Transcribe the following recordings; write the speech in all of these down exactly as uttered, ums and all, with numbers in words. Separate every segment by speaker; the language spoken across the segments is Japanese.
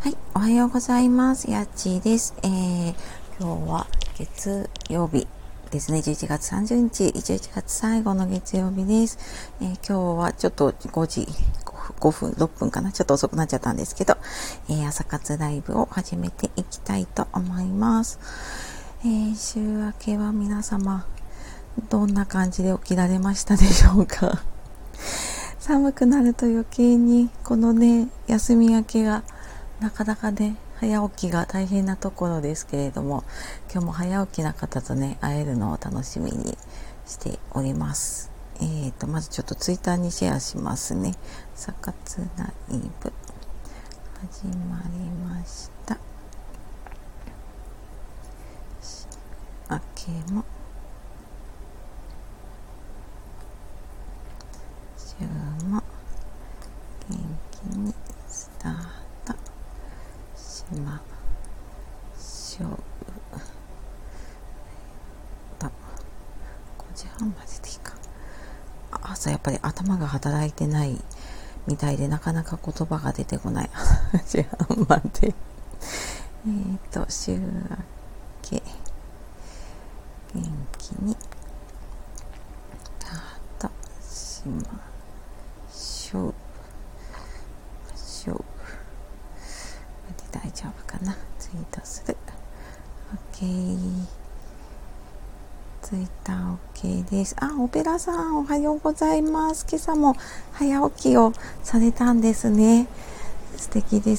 Speaker 1: はい、おはようございます。やっちーです。えー、今日は月曜日ですね。じゅういちがつさんじゅうにち、じゅういちがつ最後の月曜日です。えー、今日はちょっとごじごふん、ろっぷんかな。ちょっと遅くなっちゃったんですけど、えー、朝活ライブを始めていきたいと思います。えー、週明けは皆様、どんな感じで起きられましたでしょうか。寒くなると余計にこのね、休み明けがなかなかね、早起きが大変なところですけれども、今日も早起きな方とね、会えるのを楽しみにしております。えーと、まずちょっとツイッターにシェアしますね。朝活ライブ、始まりました。明けも、週も、元気にスタートしましょう。ごじはんまででいいか。朝やっぱり頭が働いてないみたいでなかなか言葉が出てこない。ごじはんまで。えっと、週明け、元気にスタートしましょう。しょう。大丈夫かな。ツイートする。OK。ツイッター OK です。あ、オペラさんおはようございます。今朝も早起きをされたんですね。素敵です。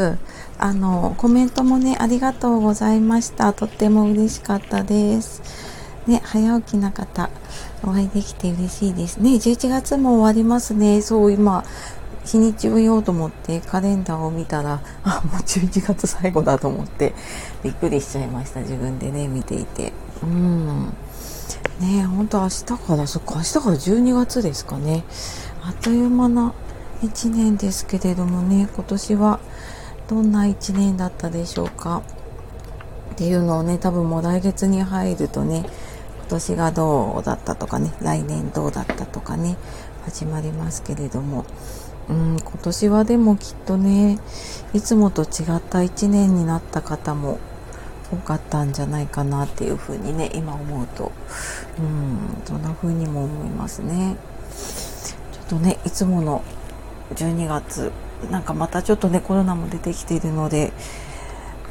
Speaker 1: あのコメントもね、ありがとうございました。とっても嬉しかったです。ね、早起きな方お会いできて嬉しいですね。じゅういちがつも終わりますね。そう今日にちを言おうと思ってカレンダーを見たら、あ、もうじゅういちがつ最後だと思ってびっくりしちゃいました。自分でね見ていて、うんね、本当明日からそっか明日からじゅうにがつですかね。あっという間ないちねんですけれどもね、今年はどんないちねんだったでしょうかっていうのをね、多分もう来月に入るとね、今年がどうだったとかね、来年どうだったとかね、始まりますけれども、うん、今年はでもきっとね、いつもと違ったいちねんになった方も多かったんじゃないかなっていうふうにね、今思うと、うん、そんなふうにも思いますね。ちょっとね、いつものじゅうにがつ、なんかまたちょっとね、コロナも出てきているので、うん、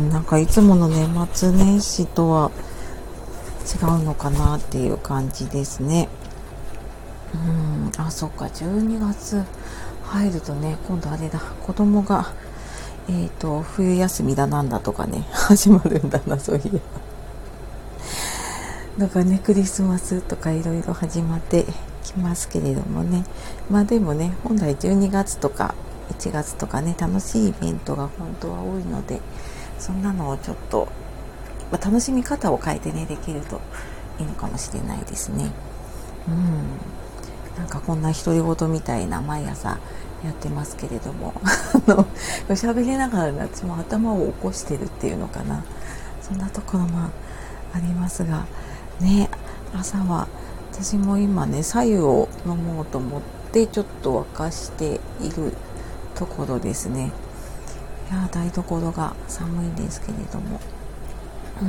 Speaker 1: なんかいつもの年末年始とは違うのかなっていう感じですね。うん、あ、そっか、じゅうにがつ入るとね、今度あれだ、子供がえーと、冬休みだなんだとかね、始まるんだな、そういえば。だからね、クリスマスとかいろいろ始まってきますけれどもね。まあでもね、本来じゅうにがつとかいちがつとかね、楽しいイベントが本当は多いので、そんなのをちょっと、まあ、楽しみ方を変えてね、できるといいのかもしれないですね。うん。なんかこんな独り言みたいな毎朝やってますけれども、あの喋りながら私も頭を起こしてるっていうのかな、そんなところもありますがね。朝は私も今ね、白湯を飲もうと思ってちょっと沸かしているところですね。いや台所が寒いんですけれども、うん、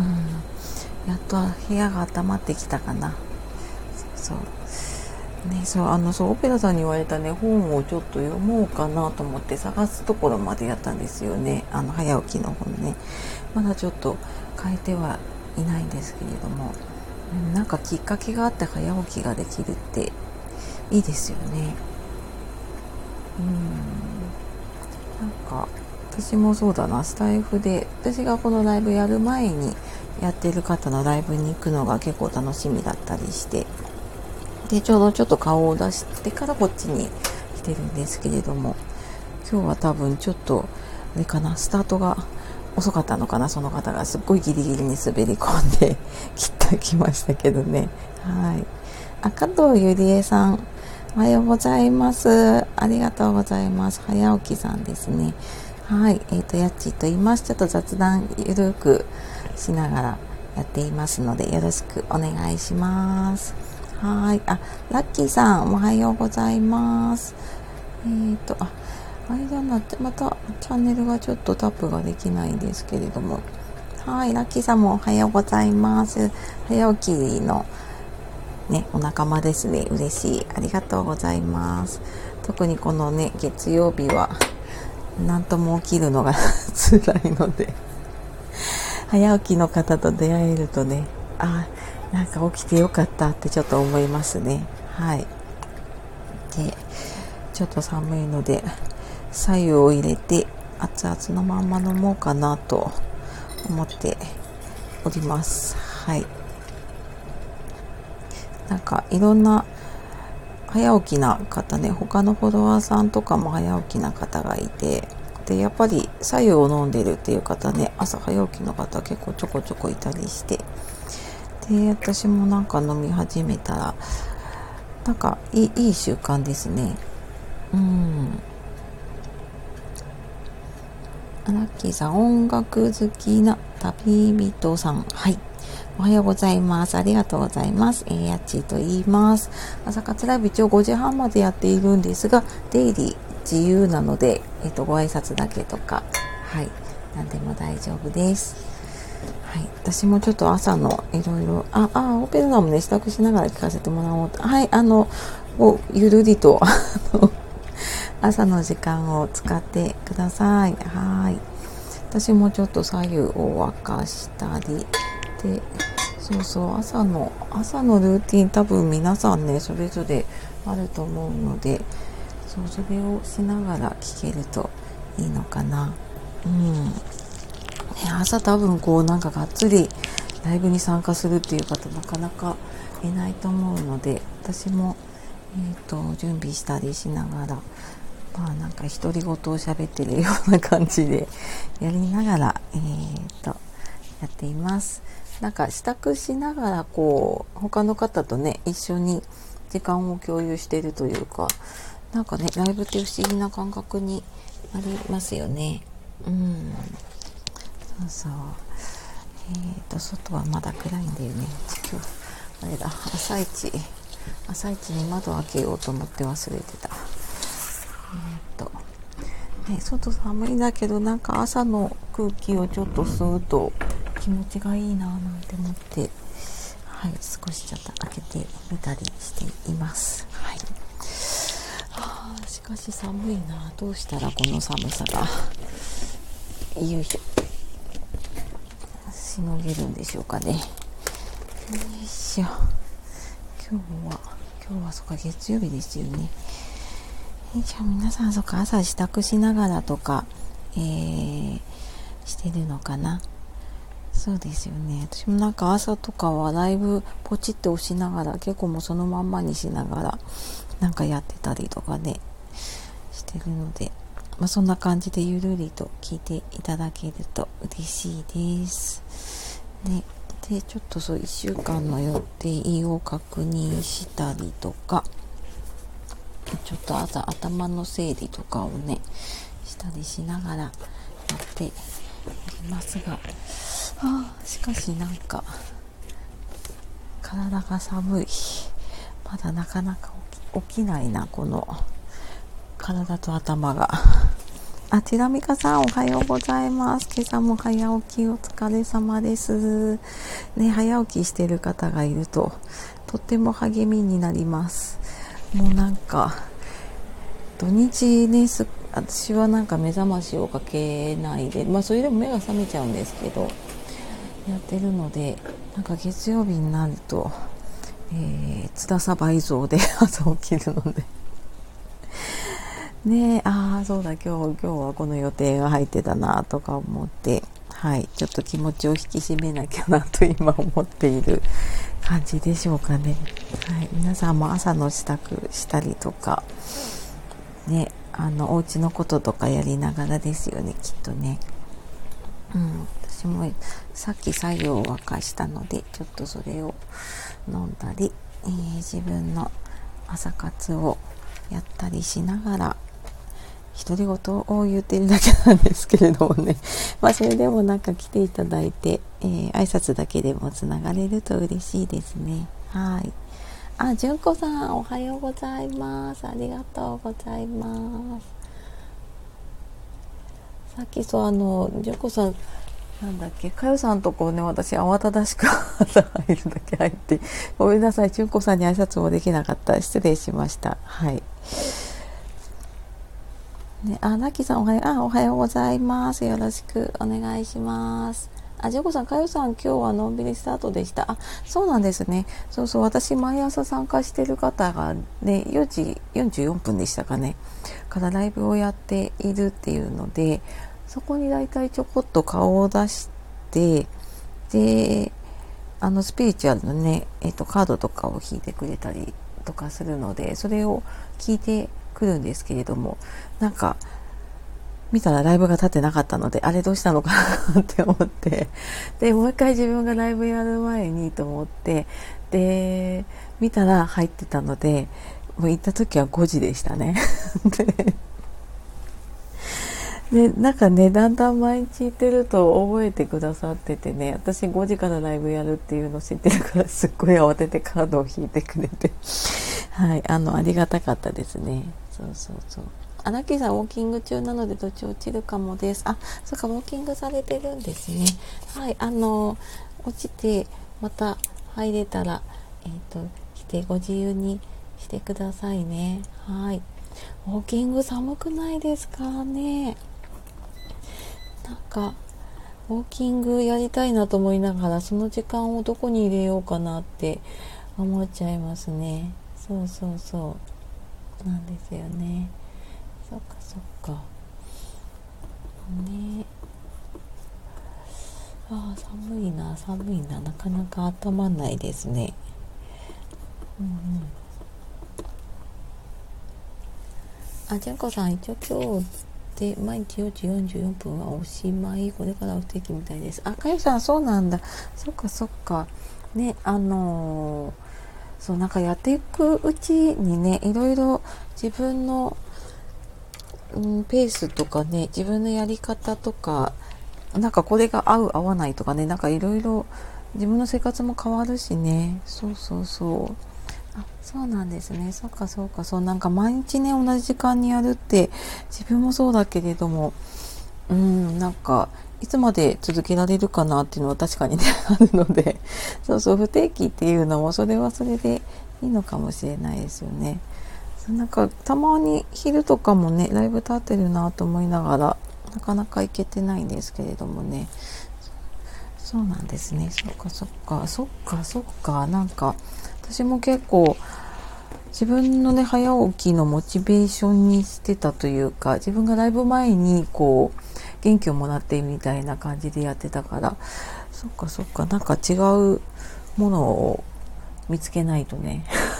Speaker 1: やっと部屋が温まってきたかな。そうそうね、そうあのそうオペラさんに言われたね、本をちょっと読もうかなと思って探すところまでやったんですよね。あの早起きの本ね、まだちょっと変えてはいないんですけれども、うん、なんかきっかけがあって早起きができるっていいですよね。うん、なんか私もそうだな、スタイフで私がこのライブやる前にやってる方のライブに行くのが結構楽しみだったりして、でちょうどちょっと顔を出してからこっちに来てるんですけれども、今日は多分ちょっとあれかな、スタートが遅かったのかな。その方がすっごいギリギリに滑り込んで切ってきましたけどね。はい。あ、加藤ゆりえさんおはようございます。ありがとうございます。早起きさんですね。はい。えっとやっちーと言います。ちょっと雑談ゆるくしながらやっていますのでよろしくお願いします。はい。あ、ラッキーさんおはようございます。えっとあ間になってまたチャンネルがちょっとタップができないんですけれども、はい、ラッキーさんもおはようございます。早起きのね、お仲間ですね。嬉しい。ありがとうございます。特にこのね、月曜日はなんとも起きるのが辛いので、早起きの方と出会えるとね、あ、なんか起きてよかったってちょっと思いますね。はい。で、ちょっと寒いので、白湯を入れて熱々のまんま飲もうかなと思っております。はい。なんかいろんな早起きな方ね、他のフォロワーさんとかも早起きな方がいて、でやっぱり白湯を飲んでるっていう方ね、朝早起きの方結構ちょこちょこいたりして、で私もなんか飲み始めたらなんかいい、いい習慣ですね。うん。ラッキーさん、音楽好きな旅人さん、はい、おはようございます。ありがとうございます。えー、やっちーと言います。朝活ライブ一応ごじはんまでやっているんですが、出入り自由なので、えっと、ご挨拶だけとか、はい、何でも大丈夫です。はい、私もちょっと朝のいろいろ、あ、あ、オペラもね、支度しながら聞かせてもらおうと、はい、あの、ゆるりと、朝の時間を使ってください。はい。私もちょっと左右を沸かしたりで、そうそう朝の朝のルーティン多分皆さんねそれぞれあると思うので、そうそれをしながら聞けるといいのかな。うん。ね、朝多分こうなんかがっつりライブに参加するっていう方なかなかいないと思うので、私もえっと準備したりしながら。まあなんか独り言を喋ってるような感じでやりながら、えー、とやっています。なんか支度しながらこう他の方とね一緒に時間を共有しているというか、なんかねライブって不思議な感覚になりますよね。うん、そうそう。えー、と外はまだ暗いんだよね。今日あれだ、朝一朝一に窓を開けようと思って忘れてた。えーとね、外寒いんだけどなんか朝の空気をちょっと吸うと気持ちがいいななんて思って、はい、少しちょっと開けてみたりしています。はい。はあ、しかし寒いな。どうしたらこの寒さがよいしょしのげるんでしょうかね。よいしょ。今日は今日はそっか月曜日ですよね。じゃあ皆さんそっか朝支度しながらとか、えー、してるのかな。そうですよね。私もなんか朝とかはライブポチって押しながら結構もうそのまんまにしながらなんかやってたりとかねしてるので、まあ、そんな感じでゆるりと聞いていただけると嬉しいです。ね、でちょっとそういっしゅうかんの予定を確認したりとか、ちょっと朝頭の整理とかをねしたりしながらやっていますが、ああしかしなんか体が寒い。まだなかなか起き、起きないなこの体と頭が。あ、ティラミカさんおはようございます。今朝も早起きお疲れ様です。ね、早起きしてる方がいるととっても励みになります。もうなんか土日ねす私はなんか目覚ましをかけないで、まあそれでも目が覚めちゃうんですけどやってるので、なんか月曜日になると、えー、辛さ倍増で朝起きるのでねえ、ああそうだ今日今日はこの予定が入ってたなとか思って、はい、ちょっと気持ちを引き締めなきゃなと今思っている感じでしょうかね。はい、皆さんも朝の支度したりとかね、あのお家のこととかやりながらですよねきっとね。うん、私もさっき白湯を沸かしたのでちょっとそれを飲んだり、えー、自分の朝活をやったりしながら独り言を言ってるだけなんですけれどもねまあそれでもなんか来ていただいて、えー、挨拶だけでもつながれると嬉しいですね。はい。あ、純子さんおはようございます。ありがとうございます。 さっきそうあの純子さんなんだっけかよさんとこね私慌ただしく朝入るだけ入ってごめんなさい純子さんに挨拶もできなかった失礼しましたはいね、あ、なきさんおはよう、あ、おはようございます。よろしくお願いします。あ、ジョコさん、かよさん、今日はのんびりスタートでした。あ、そうなんですね。そうそう、私、毎朝参加してる方がね、よじよんじゅうよんぷんでしたかね。からライブをやっているっていうので、そこにだいたいちょこっと顔を出して、で、あの、スピリチュアルのね、えっと、カードとかを引いてくれたりとかするので、それを聞いてくるんですけれども、なんか見たらライブが立ってなかったのであれどうしたのかなって思ってでもう一回自分がライブやる前にと思ってで見たら入ってたのでもう行った時はごじでしたねで, でなんかねだんだん毎日行ってると覚えてくださっててね私ごじからライブやるっていうの知ってるからすっごい慌ててカードを引いてくれてはいあのありがたかったですねそうそうそうあラッキーさんウォーキング中なので途中落ちるかもです。あ、そうかウォーキングされてるんですね。はい、あの落ちてまた入れたらえっと来てご自由にしてくださいね。はい。ウォーキング寒くないですかね。なんかウォーキングやりたいなと思いながらその時間をどこに入れようかなって思っちゃいますね。そうそうそうなんですよね。そっかそっかねあー寒いな寒いななかなか温まんないですねうんうんあじゃんこさん一応今日で毎日よじよんじゅうよんぷんはおしまいこれから不定期みたいですあかゆさんそうなんだそっかそっかねあのー、そうなんかやっていくうちにねいろいろ自分のうん、ペースとかね自分のやり方とかなんかこれが合う合わないとかねなんかいろいろ自分の生活も変わるしねそうそうそうあそうなんですねそうかそうかそうなんか毎日ね同じ時間にやるって自分もそうだけれどもうんなんかいつまで続けられるかなっていうのは確かにねあるのでそうそう不定期っていうのもそれはそれでいいのかもしれないですよねなんかたまに昼とかもねライブ立ってるなと思いながらなかなか行けてないんですけれどもねそうなんですねそっかそっかそっかそっかなんか私も結構自分のね早起きのモチベーションにしてたというか自分がライブ前にこう元気をもらってみたいな感じでやってたからそっかそっかなんか違うものを見つけないとね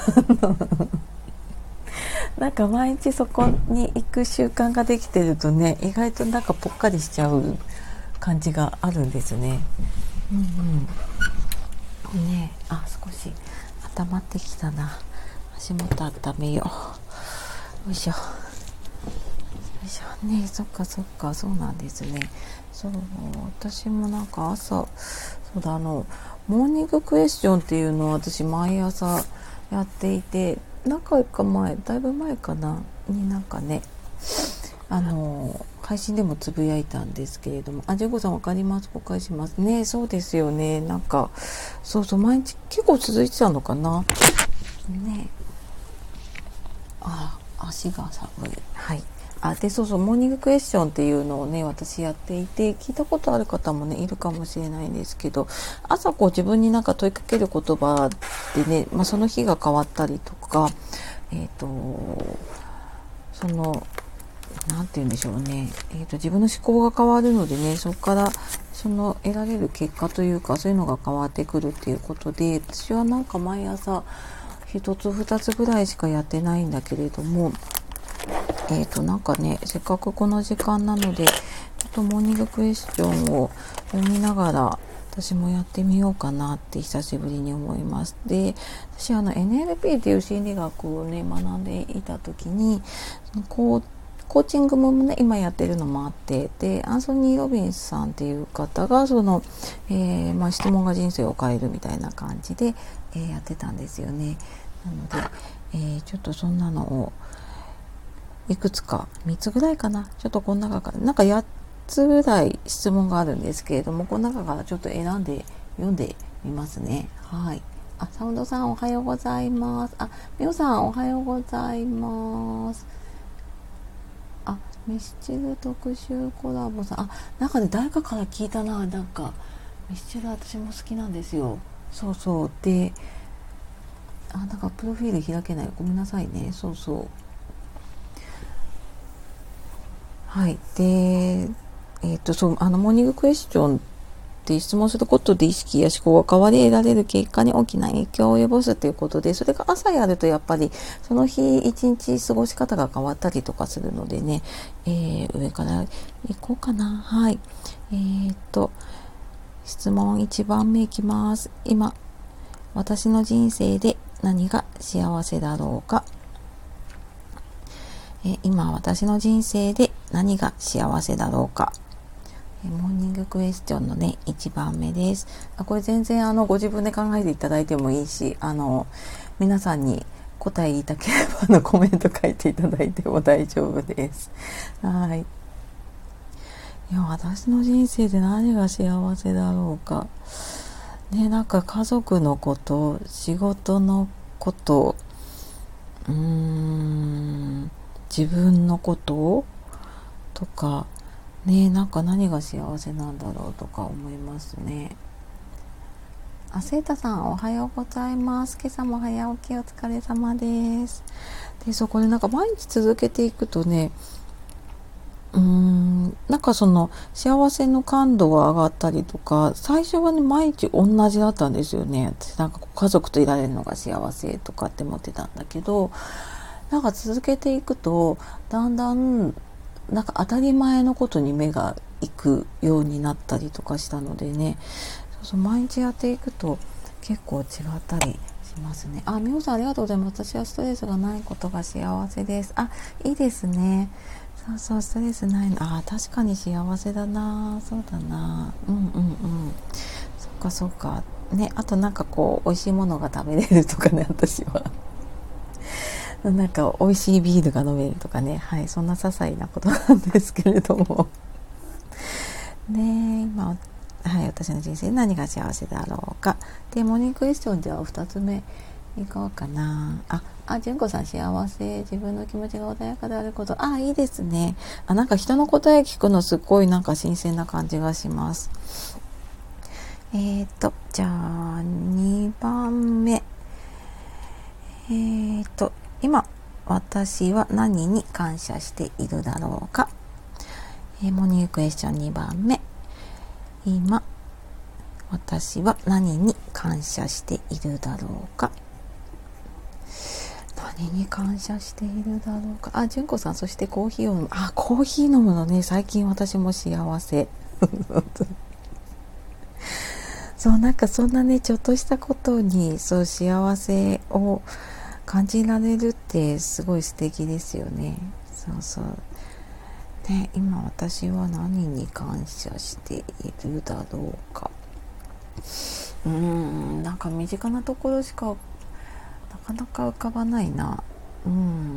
Speaker 1: なんか毎日そこに行く習慣ができてるとね意外となんかぽっかりしちゃう感じがあるんですね。うんうん。ねあ少し温まってきたな。足元温めよう。よいしょ。よいしょねそっかそっかそうなんですね。そう私もなんか朝そうだあのモーニングクエスチョンっていうのを私毎朝やっていて何回か前だいぶ前かなになんかねあの配信でもつぶやいたんですけれどもあジェゴさんわかります公開しますねそうですよねなんかそうそう毎日結構続いてたのかなねあ足が寒いはいあでそうそうモーニングクエスチョンっていうのをね私やっていて聞いたことある方もねいるかもしれないんですけど朝こう自分になんか問いかける言葉でね、まあ、その日が変わったりとかえっとそのなんて言うんでしょうね、えーと、自分の思考が変わるのでねそこからその得られる結果というかそういうのが変わってくるっていうことで私はなんか毎朝一つ二つぐらいしかやってないんだけれどもえーとなんかねせっかくこの時間なのでちょっとモーニングクエスチョンを読みながら私もやってみようかなって久しぶりに思います。で私あの エヌエルピー っていう心理学をね学んでいた時にこうコーチングもね今やってるのもあってでアンソニー・ロビンスさんっていう方がその、えーまあ、質問が人生を変えるみたいな感じで、えー、やってたんですよね。なので、えー、ちょっとそんなのをいくつかみっつぐらいかなちょっとこの中からなんかやつぐらい質問があるんですけれども、この中からちょっと選んで読んでみますね。はい。あ、サウンドさんおはようございます。あ、みおさんおはようございます。あ、ミスチル特集コラボさん、あ、なんかね、誰かから聞いたな。なんかミスチル私も好きなんですよ。そうそう。で、あ、なんかプロフィール開けない。ごめんなさいね。そうそう。はい。で、えっと、そう、あの、モーニングクエスチョンって質問することで意識や思考が変わり得られる結果に大きな影響を及ぼすということで、それが朝やるとやっぱりその日一日過ごし方が変わったりとかするのでね、えー、上からいこうかな。はい。えー、っと、質問いちばんめいきます。今、私の人生で何が幸せだろうか。え今、私の人生で何が幸せだろうか。モーニングクエスチョンのね、いちばんめです。あ、これ全然あのご自分で考えていただいてもいいし、あの皆さんに答え言いたければのコメント書いていただいても大丈夫です。はい。いや、私の人生で何が幸せだろうか。ね、なんか家族のこと、仕事のこと、うーん、自分のこととか。ね、なんか何が幸せなんだろうとか思いますね。あ、セータさんおはようございます。今朝も早起きお疲れ様です。で、そこでなんか毎日続けていくとね、うーん、なんかその幸せの感度が上がったりとか、最初はね、毎日同じだったんですよね。私なんか家族といられるのが幸せとかって思ってたんだけど、なんか続けていくと、だんだんなんか当たり前のことに目が行くようになったりとかしたのでね、そうそう、毎日やっていくと結構違ったりしますね。あ、みおさんありがとうございます。私はストレスがないことが幸せです。あ、いいですね。そうそう、ストレスないの。あ、確かに幸せだな。そうだな。うんうんうん。そっかそっか。ね、あとなんかこう美味しいものが食べれるとかね、私は。なんか美味しいビールが飲めるとかね、はい、そんな些細なことなんですけれどもね、今、はい、私の人生何が幸せだろうか。で、モーニングクエスチョンではふたつめいこうかな。あ、あ、純子さん幸せ、自分の気持ちが穏やかであること。あ、いいですね。あ、なんか人の答え聞くのすっごいなんか新鮮な感じがします。えーと、じゃあにばんめ。えーと、今、私は何に感謝しているだろうか。えー、モーニングクエスチョンにばんめ。今、私は何に感謝しているだろうか。何に感謝しているだろうか。あ、純子さん、そしてコーヒーを飲む。あ、コーヒー飲むのね、最近私も幸せ。そう、なんかそんなね、ちょっとしたことに、そう、幸せを感じられるってすごい素敵ですよね。そうそう。ね、今私は何に感謝しているだろうか。うーん、なんか身近なところしかなかなか浮かばないな。うん。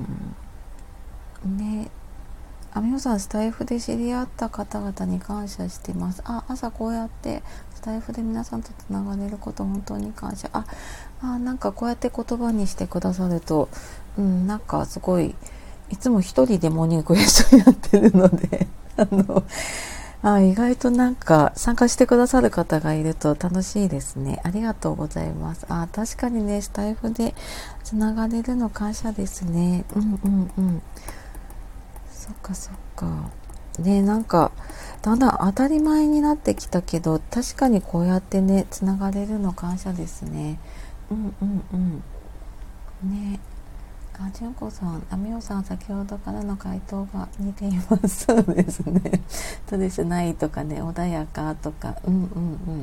Speaker 1: ね。あみおさん、スタイフで知り合った方々に感謝してます。あ、朝こうやってスタイフで皆さんとつながれること本当に感謝。あ、あ、なんかこうやって言葉にしてくださると、うん、なんかすごい、いつも一人でモーニングクエスチョンやってるのであのあ、意外となんか参加してくださる方がいると楽しいですね。ありがとうございます。あ、確かにね、スタイフでつながれるの感謝ですね。うんうんうん。そっかそっか。ね、なんかだんだん当たり前になってきたけど、確かにこうやってね、つながれるの感謝ですね。うんうんうん。ね。あ、純子さん、あみおさん、先ほどからの回答が似ています。そうですね。ストレスないとかね、穏やかとか、うんうんうん。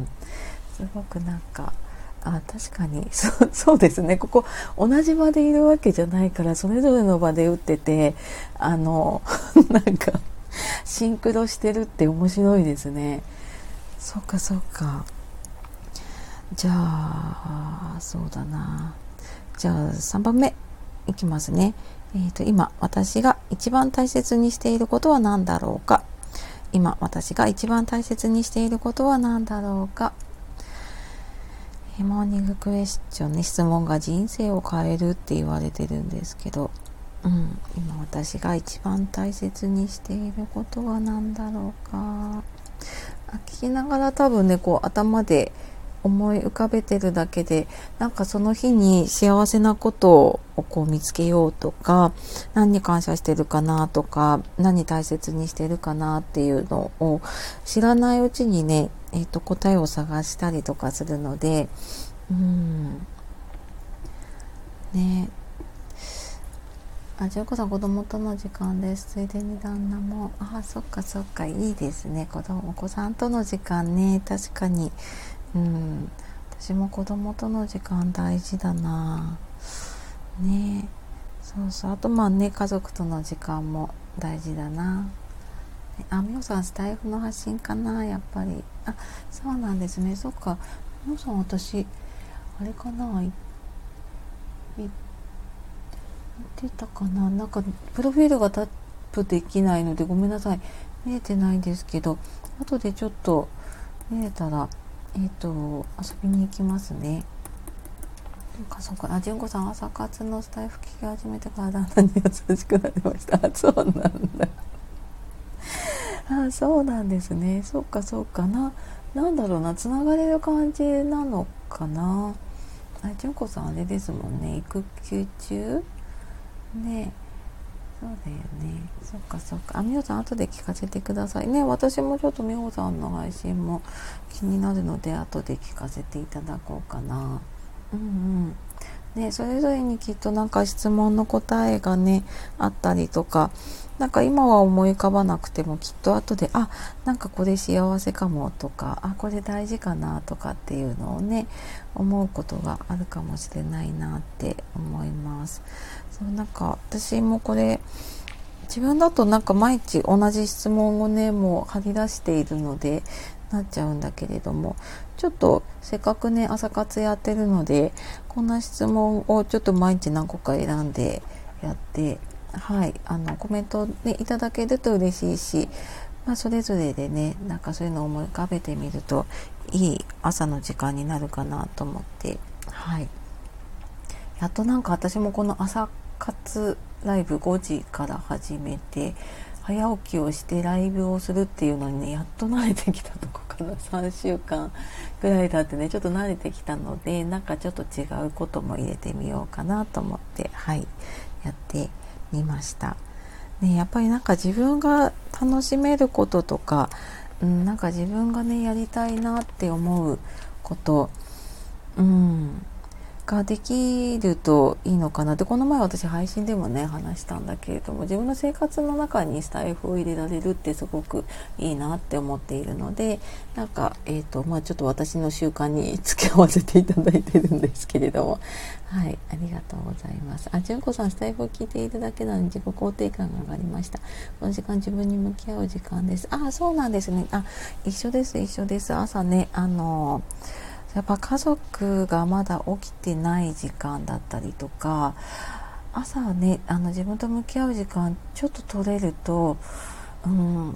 Speaker 1: すごくなんか、あ、確かにそ、そうですね。ここ同じ場でいるわけじゃないから、それぞれの場で打ってて、あのなんかシンクロしてるって面白いですね。そっかそっか。じゃあそうだな。じゃあさんばんめいきますね。えーと、今私が一番大切にしていることは何だろうか。 今私が一番大切にしていることは何だろうか。モーニングクエスチョンね、質問が人生を変えるって言われてるんですけど、うん、今私が一番大切にしていることは何だろうか。聞きながら多分ね、こう頭で思い浮かべてるだけで、なんかその日に幸せなことをこう見つけようとか、何に感謝してるかなとか、何大切にしてるかなっていうのを知らないうちにね、えーと、答えを探したりとかするので、うんね。あ、じゅうこさん、子供との時間です。ついでに旦那も。あ、そっかそっか、いいですね。子供、お子さんとの時間ね、確かに。うん、私も子供との時間大事だな。ね、そうそう。あとまあね、家族との時間も大事だな。あ、みおさん、スタイフの発信かな、やっぱり。あ、そうなんですね。そっか。みおさん、私、あれかな、いい出たかな、なんかプロフィールがタップできないのでごめんなさい、見えてないんですけど、後でちょっと見れたらえっ、ー、と遊びに行きますね。なんかそうか、あ、じゅんこさん、朝活のスタイフ聞き始めてから旦那に優しくなりました。あ、そうなんだ。あ、そうなんですね。そうかそうかな、なんだろうな、つながれる感じなのかな。あ、じゅんこさんあれですもんね、育休中ね。そうだよね。そっかそっか。あ、みほさん、後で聞かせてくださいね。私もちょっとみほさんの配信も気になるので、後で聞かせていただこうかな。うんうん。ね、それぞれにきっとなんか質問の答えがね、あったりとか、なんか今は思い浮かばなくてもきっと後で、あ、なんかこれ幸せかもとか、あ、これ大事かなとかっていうのをね、思うことがあるかもしれないなって思います。そう、なんか私もこれ自分だとなんか毎日同じ質問をね、もう張り出しているのでなっちゃうんだけれども、ちょっとせっかくね朝活やってるので、こんな質問をちょっと毎日何個か選んでやって、はい、あのコメント、ね、いただけると嬉しいし、まあ、それぞれでね、なんかそういうのを思い浮かべてみるといい朝の時間になるかなと思って、はい、やっとなんか私もこの朝活ライブごじから始めて、早起きをしてライブをするっていうのにね、やっと慣れてきたとこかな。さんしゅうかんぐらい経ってね、ちょっと慣れてきたので、なんかちょっと違うことも入れてみようかなと思って、はい、やってみました。ね、やっぱりなんか自分が楽しめることとか、うん、なんか自分がね、やりたいなって思うこと、うん、ができるといいのかなって、この前私配信でもね話したんだけれども、自分の生活の中にスタイフを入れられるってすごくいいなって思っているので、なんかえっとまあちょっと私の習慣に付き合わせていただいてるんですけれども、はい、ありがとうございます。あ、じゅんこさん、スタイフを聞いているだけなのに自己肯定感が上がりました。この時間自分に向き合う時間です。あ、そうなんですね。あ、一緒です一緒です。朝ね、あのやっぱ家族がまだ起きてない時間だったりとか、朝はね、あの自分と向き合う時間ちょっと取れると、うん、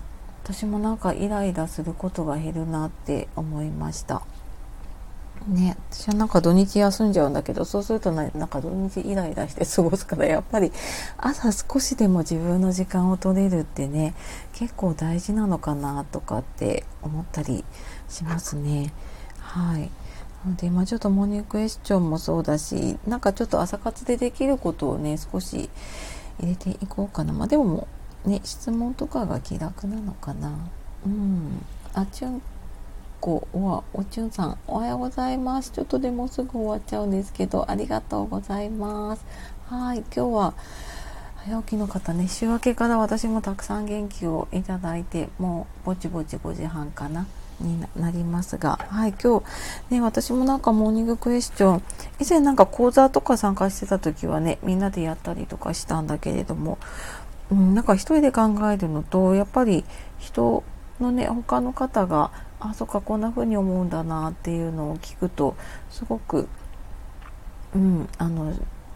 Speaker 1: 私もなんかイライラすることが減るなって思いましたね。私はなんか土日休んじゃうんだけど、そうするとなんか土日イライラして過ごすから、やっぱり朝少しでも自分の時間を取れるってね、結構大事なのかなとかって思ったりしますね。はい。で、まあ、ちょっとモーニングクエスチョンもそうだし、なんかちょっと朝活でできることをね少し入れていこうかな。まあでもね、質問とかが気楽なのかな。うん。あ、ちゅんこはおちゅんさん、おはようございます。ちょっとでもうすぐ終わっちゃうんですけど、ありがとうございます。はい、今日は早起きの方ね、週明けから私もたくさん元気をいただいて、もうぼちぼちごじはんかなになりますが、はい、今日ね、私もなんかモーニングクエスチョン、以前なんか講座とか参加してた時はね、みんなでやったりとかしたんだけれども、うん、なんか一人で考えるのと、やっぱり人のね、他の方が、あ、そっか、こんな風に思うんだなっていうのを聞くと、すごく、うん、あの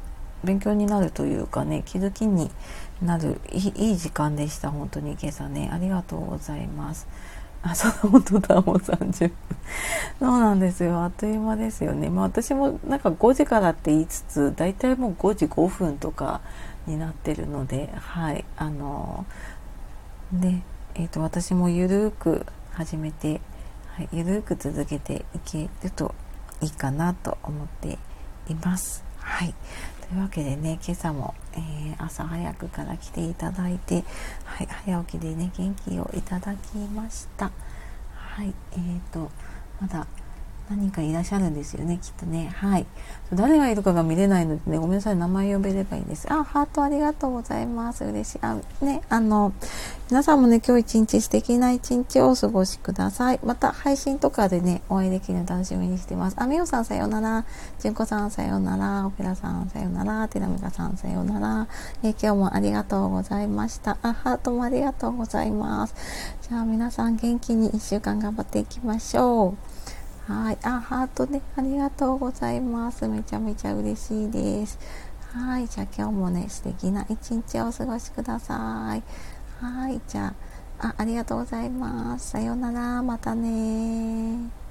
Speaker 1: 勉強になるというかね、気づきになるいい、いい時間でした。本当に今朝ね、ありがとうございます。あ、そう、本当だ、もうさんじゅっぷん。そうなんですよ、あっという間ですよね。まあ私もなんかごじからって言いつつ、だいたいもうごじごふんとかになってるので、はい、あのね、えっと私もゆるーく始めて、はい、ゆるーく続けていけるといいかなと思っています。はい、というわけでね、今朝も、えー、朝早くから来ていただいて、はい、早起きでね、元気をいただきました。はい、えーとまだ何人かいらっしゃるんですよね、きっとね。はい、誰がいるかが見れないのでね、ごめんなさい、名前呼べればいいんです。あ、ハートありがとうございます。嬉しい。あ、ね、あの皆さんもね、今日一日素敵な一日をお過ごしください。また配信とかでね、お会いできるの楽しみにしてます。あ、みおさんさようなら、じゅんこさんさようなら、オペラさんさようなら、ティラミカさんさようなら、えー、今日もありがとうございました。あ、ハートもありがとうございます。じゃあ皆さん元気にいっしゅうかん頑張っていきましょう。はい、あ、ハートね、ありがとうございます。めちゃめちゃ嬉しいです。はい、じゃあ今日もね、素敵な一日をお過ごしください。はい、じゃあ、あ、ありがとうございます。さようなら、またね。